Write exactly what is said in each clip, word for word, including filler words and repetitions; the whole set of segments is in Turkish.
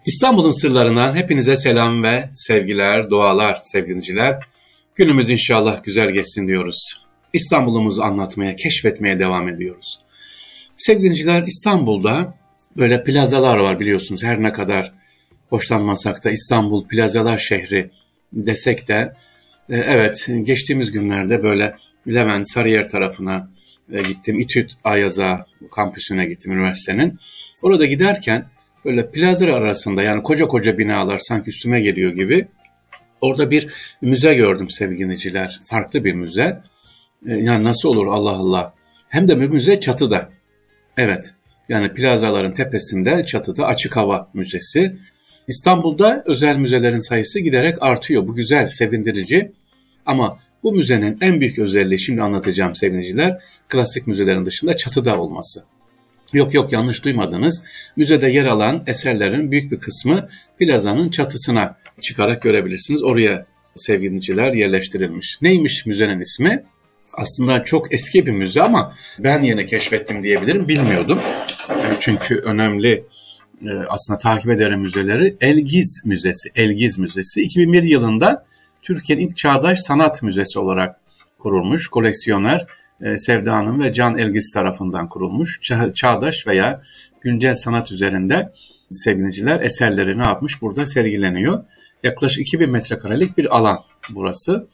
İstanbul'un sırlarından hepinize selam ve sevgiler, dualar sevgiliciler. Günümüz inşallah güzel geçsin diyoruz. İstanbul'umuzu anlatmaya, keşfetmeye devam ediyoruz. Sevgiliciler, İstanbul'da böyle plazalar var biliyorsunuz. Her ne kadar hoşlanmasak da İstanbul plazalar şehri desek de e, evet geçtiğimiz günlerde böyle Levent, Sarıyer tarafına e, gittim. İTÜ Ayaza kampüsüne gittim üniversitenin. Orada giderken böyle plazalar arasında yani koca koca binalar sanki üstüme geliyor gibi orada bir müze gördüm sevgiliciler. Farklı bir müze. E, yani nasıl olur Allah Allah. Hem de bir müze çatıda. Evet yani plazaların tepesinde çatıda açık hava müzesi. İstanbul'da özel müzelerin sayısı giderek artıyor. Bu güzel, sevindirici. Ama bu müzenin en büyük özelliği şimdi anlatacağım sevgiliciler. Klasik müzelerin dışında çatıda olması. Yok yok yanlış duymadınız. Müzede yer alan eserlerin büyük bir kısmı plazanın çatısına çıkarak görebilirsiniz. Oraya sevgiliciler yerleştirilmiş. Neymiş müzenin ismi? Aslında çok eski bir müze ama ben yeni keşfettim diyebilirim. Bilmiyordum. Çünkü önemli aslında takip ederim müzeleri. Elgiz Müzesi. Elgiz Müzesi. iki bin bir yılında Türkiye'nin ilk çağdaş sanat müzesi olarak kurulmuş. Koleksiyoner Sevda Hanım ve Can Elgiz tarafından kurulmuş. Çağdaş veya güncel sanat üzerinde sevgiliciler eserleri ne yapmış? Burada sergileniyor. Yaklaşık iki bin metrekarelik bir alan burası.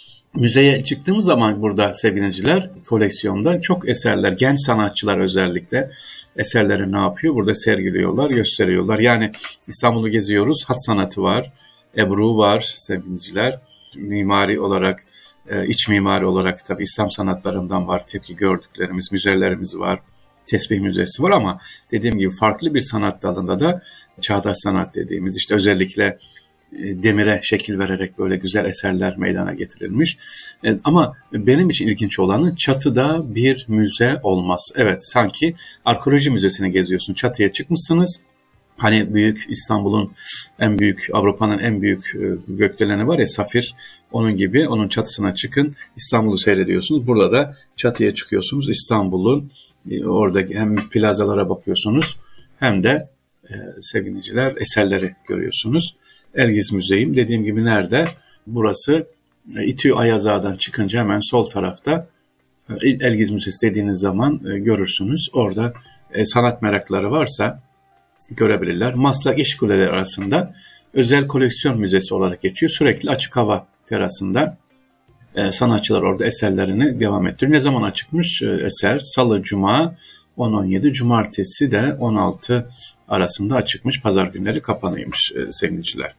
Müzeye çıktığımız zaman burada sevgiliciler koleksiyonda çok eserler, genç sanatçılar özellikle eserleri ne yapıyor? Burada sergiliyorlar, gösteriyorlar. Yani İstanbul'u geziyoruz, hat sanatı var, Ebru var sevgiliciler. Mimari olarak, iç mimari olarak tabii İslam sanatlarından var. Tepki gördüklerimiz, müzelerimiz var. Tesbih müzesi var ama dediğim gibi farklı bir sanat dalında da çağdaş sanat dediğimiz işte özellikle demire şekil vererek böyle güzel eserler meydana getirilmiş. Ama benim için ilginç olanı çatıda bir müze olması. Evet sanki arkeoloji müzesine geziyorsun. Çatıya çıkmışsınız. Hani büyük İstanbul'un en büyük, Avrupa'nın en büyük gökdeleni var ya Safir. Onun gibi onun çatısına çıkın İstanbul'u seyrediyorsunuz. Burada da çatıya çıkıyorsunuz İstanbul'un orada hem plazalara bakıyorsunuz hem de sevgiliciler eserleri görüyorsunuz. Elgiz Müzeyim dediğim gibi nerede? Burası İTÜ Ayazağa'dan çıkınca hemen sol tarafta Elgiz Müzesi dediğiniz zaman görürsünüz. Orada sanat merakları varsa görebilirler. Maslak İşkuleleri arasında özel koleksiyon müzesi olarak geçiyor. Sürekli açık hava terasında sanatçılar orada eserlerini devam ettiriyor. Ne zaman açıkmış eser? Salı, Cuma on on yedi, Cumartesi de on altı arasında açıkmış. Pazar günleri kapanıymış sevgiliciler.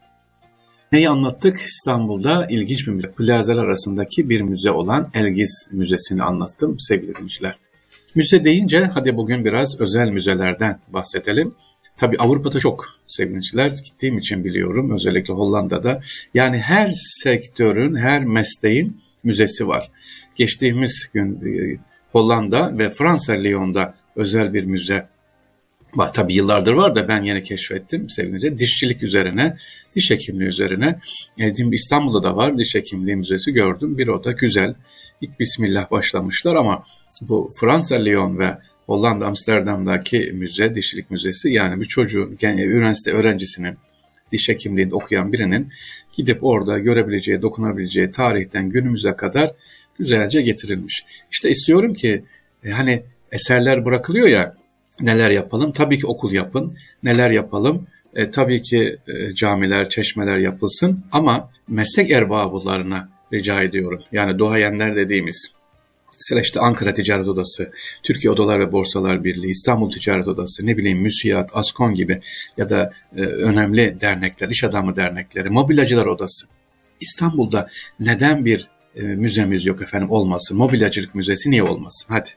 Neyi anlattık? İstanbul'da ilginç bir müze. Plazalar arasındaki bir müze olan Elgiz Müzesi'ni anlattım sevgili dinleyiciler. Müze deyince hadi bugün biraz özel müzelerden bahsedelim. Tabii Avrupa'da çok sevgiliciler gittiğim için biliyorum. Özellikle Hollanda'da. Yani her sektörün, her mesleğin müzesi var. Geçtiğimiz gün Hollanda ve Fransa Lyon'da özel bir müze var. Tabii yıllardır var da ben yeni keşfettim sevgiliciler. Dişçilik üzerine, diş hekimliği üzerine. E, İstanbul'da da var diş hekimliği müzesi gördüm. Bir o da güzel. İlk Bismillah başlamışlar ama bu Fransa Lyon ve Hollanda Amsterdam'daki müze, dişçilik müzesi yani bir çocuğun, yani üniversite öğrencisinin diş hekimliğinde okuyan birinin gidip orada görebileceği, dokunabileceği tarihten günümüze kadar güzelce getirilmiş. İşte istiyorum ki hani eserler bırakılıyor ya neler yapalım? Tabii ki okul yapın. Neler yapalım? E, tabii ki e, camiler, çeşmeler yapılsın ama meslek erbabılarına rica ediyorum. Yani duayenler dediğimiz. Mesela işte Ankara Ticaret Odası, Türkiye Odalar ve Borsalar Birliği, İstanbul Ticaret Odası, ne bileyim MÜSİAD, ASKON gibi ya da e, önemli dernekler, iş adamı dernekleri, Mobilyacılar Odası. İstanbul'da neden bir e, müzemiz yok efendim olmasın? Mobilyacılık müzesi niye olmasın? Hadi.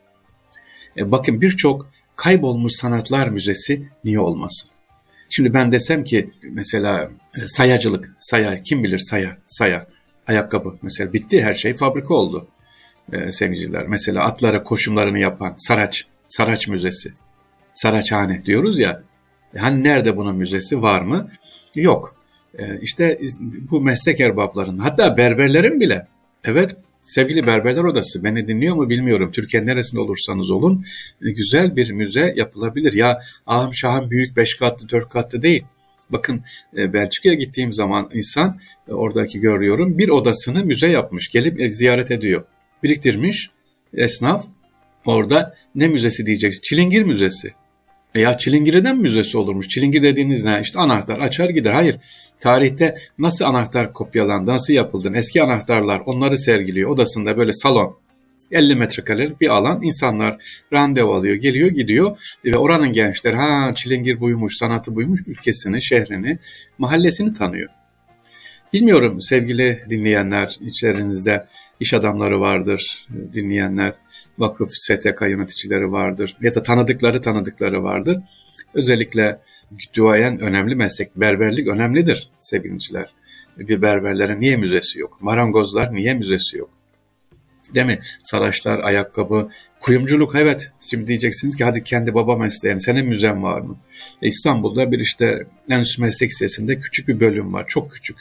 E, bakın birçok kaybolmuş sanatlar müzesi niye olmasın? Şimdi ben desem ki mesela e, sayacılık, saya, kim bilir saya, saya, ayakkabı mesela bitti her şey fabrika oldu. Ee, sevgiliciler. Mesela atlara koşumlarını yapan Saraç, Saraç Müzesi, Saraçhane diyoruz ya. Hani nerede bunun müzesi var mı? Yok. Ee, işte bu meslek erbaplarının, hatta berberlerin bile. Evet, sevgili Berberler Odası, beni dinliyor mu bilmiyorum. Türkiye'nin neresinde olursanız olun, güzel bir müze yapılabilir. Ya ahım şahım büyük beş katlı, dört katlı değil. Bakın e, Belçika'ya gittiğim zaman insan e, oradaki görüyorum bir odasını müze yapmış. Gelip e, ziyaret ediyor. Biriktirmiş esnaf. Orada ne müzesi diyeceksin? Çilingir Müzesi. E ya Çilingir'den müzesi olurmuş. Çilingir dediğiniz ne? İşte anahtar açar gider. Hayır. Tarihte nasıl anahtar kopyalandı, nasıl yapıldı? Eski anahtarlar onları sergiliyor. Odasında böyle salon. elli metrekarelik bir alan. İnsanlar randevu alıyor, geliyor, gidiyor. Ve oranın gençler ha Çilingir buymuş, sanatı buymuş, ülkesini, şehrini, mahallesini tanıyor. Bilmiyorum sevgili dinleyenler, içlerinizde iş adamları vardır, dinleyenler, vakıf, S T K yöneticileri vardır ya da tanıdıkları tanıdıkları vardır. Özellikle duayen önemli meslek, berberlik önemlidir sevgiliciler. Bir berberlerin niye müzesi yok? Marangozlar niye müzesi yok? Değil mi? Saraçlar, ayakkabı, kuyumculuk evet. Şimdi diyeceksiniz ki hadi kendi baba mesleğini, senin müzen var mı? E İstanbul'da bir işte Endüstri Meslek Lisesi'nde küçük bir bölüm var, çok küçük.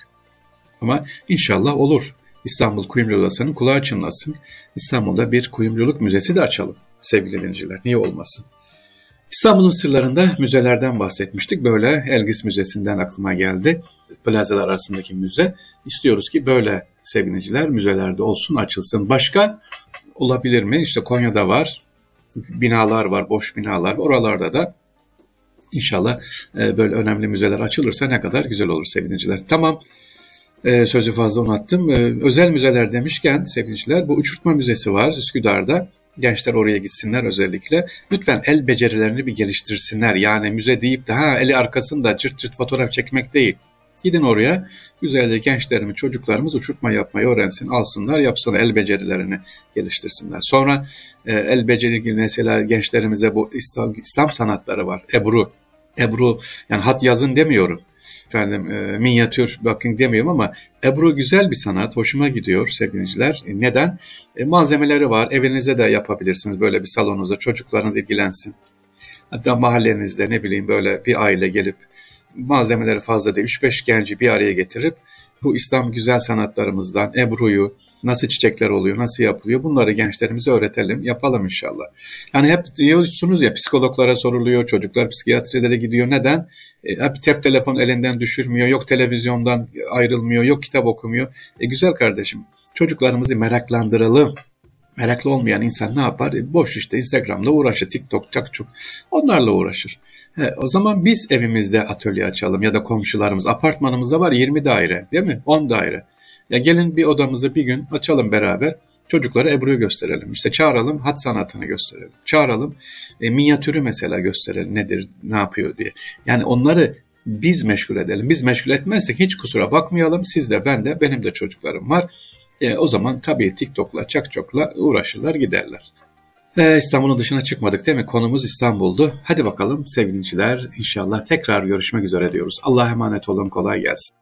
Ama inşallah olur. İstanbul Kuyumcu Odası'nın kulağı çınlasın. İstanbul'da bir kuyumculuk müzesi de açalım sevgili dinleyiciler. Niye olmasın? İstanbul'un sırlarında müzelerden bahsetmiştik. Böyle Elgis Müzesi'nden aklıma geldi. Plazalar arasındaki müze. İstiyoruz ki böyle sevgiliciler müzelerde olsun, açılsın. Başka olabilir mi? İşte Konya'da var. Binalar var, boş binalar. Oralarda da inşallah böyle önemli müzeler açılırsa ne kadar güzel olur sevgiliciler. Tamam. Ee, sözü fazla uzattım. Ee, özel müzeler demişken sevgiliciler bu uçurtma müzesi var Üsküdar'da. Gençler oraya gitsinler özellikle. Lütfen el becerilerini bir geliştirsinler. Yani müze deyip de ha eli arkasında cırt cırt fotoğraf çekmek değil. Gidin oraya güzelce gençlerimiz, çocuklarımız uçurtma yapmayı öğrensin, alsınlar, yapsınlar, el becerilerini geliştirsinler. Sonra e, el beceri mesela gençlerimize bu İslam, İslam sanatları var. Ebru. Ebru yani hat yazın demiyorum. Efendim e, minyatür bakın demiyorum ama Ebru güzel bir sanat, hoşuma gidiyor sevgiliciler. E, neden? E, malzemeleri var, evinize de yapabilirsiniz böyle bir salonunuza, çocuklarınız ilgilensin. Hatta mahallenizde ne bileyim böyle bir aile gelip malzemeleri fazla değil, üç beş genci bir araya getirip bu İslam güzel sanatlarımızdan Ebru'yu, nasıl çiçekler oluyor, nasıl yapılıyor bunları gençlerimize öğretelim, yapalım inşallah. Yani hep diyorsunuz ya psikologlara soruluyor, çocuklar psikiyatrilere gidiyor. Neden? E, hep cep telefon elinden düşürmüyor, yok televizyondan ayrılmıyor, yok kitap okumuyor. E, güzel kardeşim, çocuklarımızı meraklandıralım. Meraklı olmayan insan ne yapar? E, boş işte Instagram'da uğraşır, TikTok, çakçuk onlarla uğraşır. He, o zaman biz evimizde atölye açalım ya da komşularımız, apartmanımızda var yirmi daire değil mi? on daire. Ya gelin bir odamızı bir gün açalım beraber. Çocuklara Ebru'yu gösterelim. İşte çağıralım hat sanatını gösterelim. Çağıralım e, minyatürü mesela gösterelim nedir, ne yapıyor diye. Yani onları biz meşgul edelim. Biz meşgul etmezsek hiç kusura bakmayalım. Siz de ben de benim de çocuklarım var. E, o zaman tabii TikTok'la çakçok'la uğraşırlar giderler. Ee, İstanbul'un dışına çıkmadık değil mi? Konumuz İstanbul'du. Hadi bakalım sevgiliciler inşallah tekrar görüşmek üzere diyoruz. Allah'a emanet olun, kolay gelsin.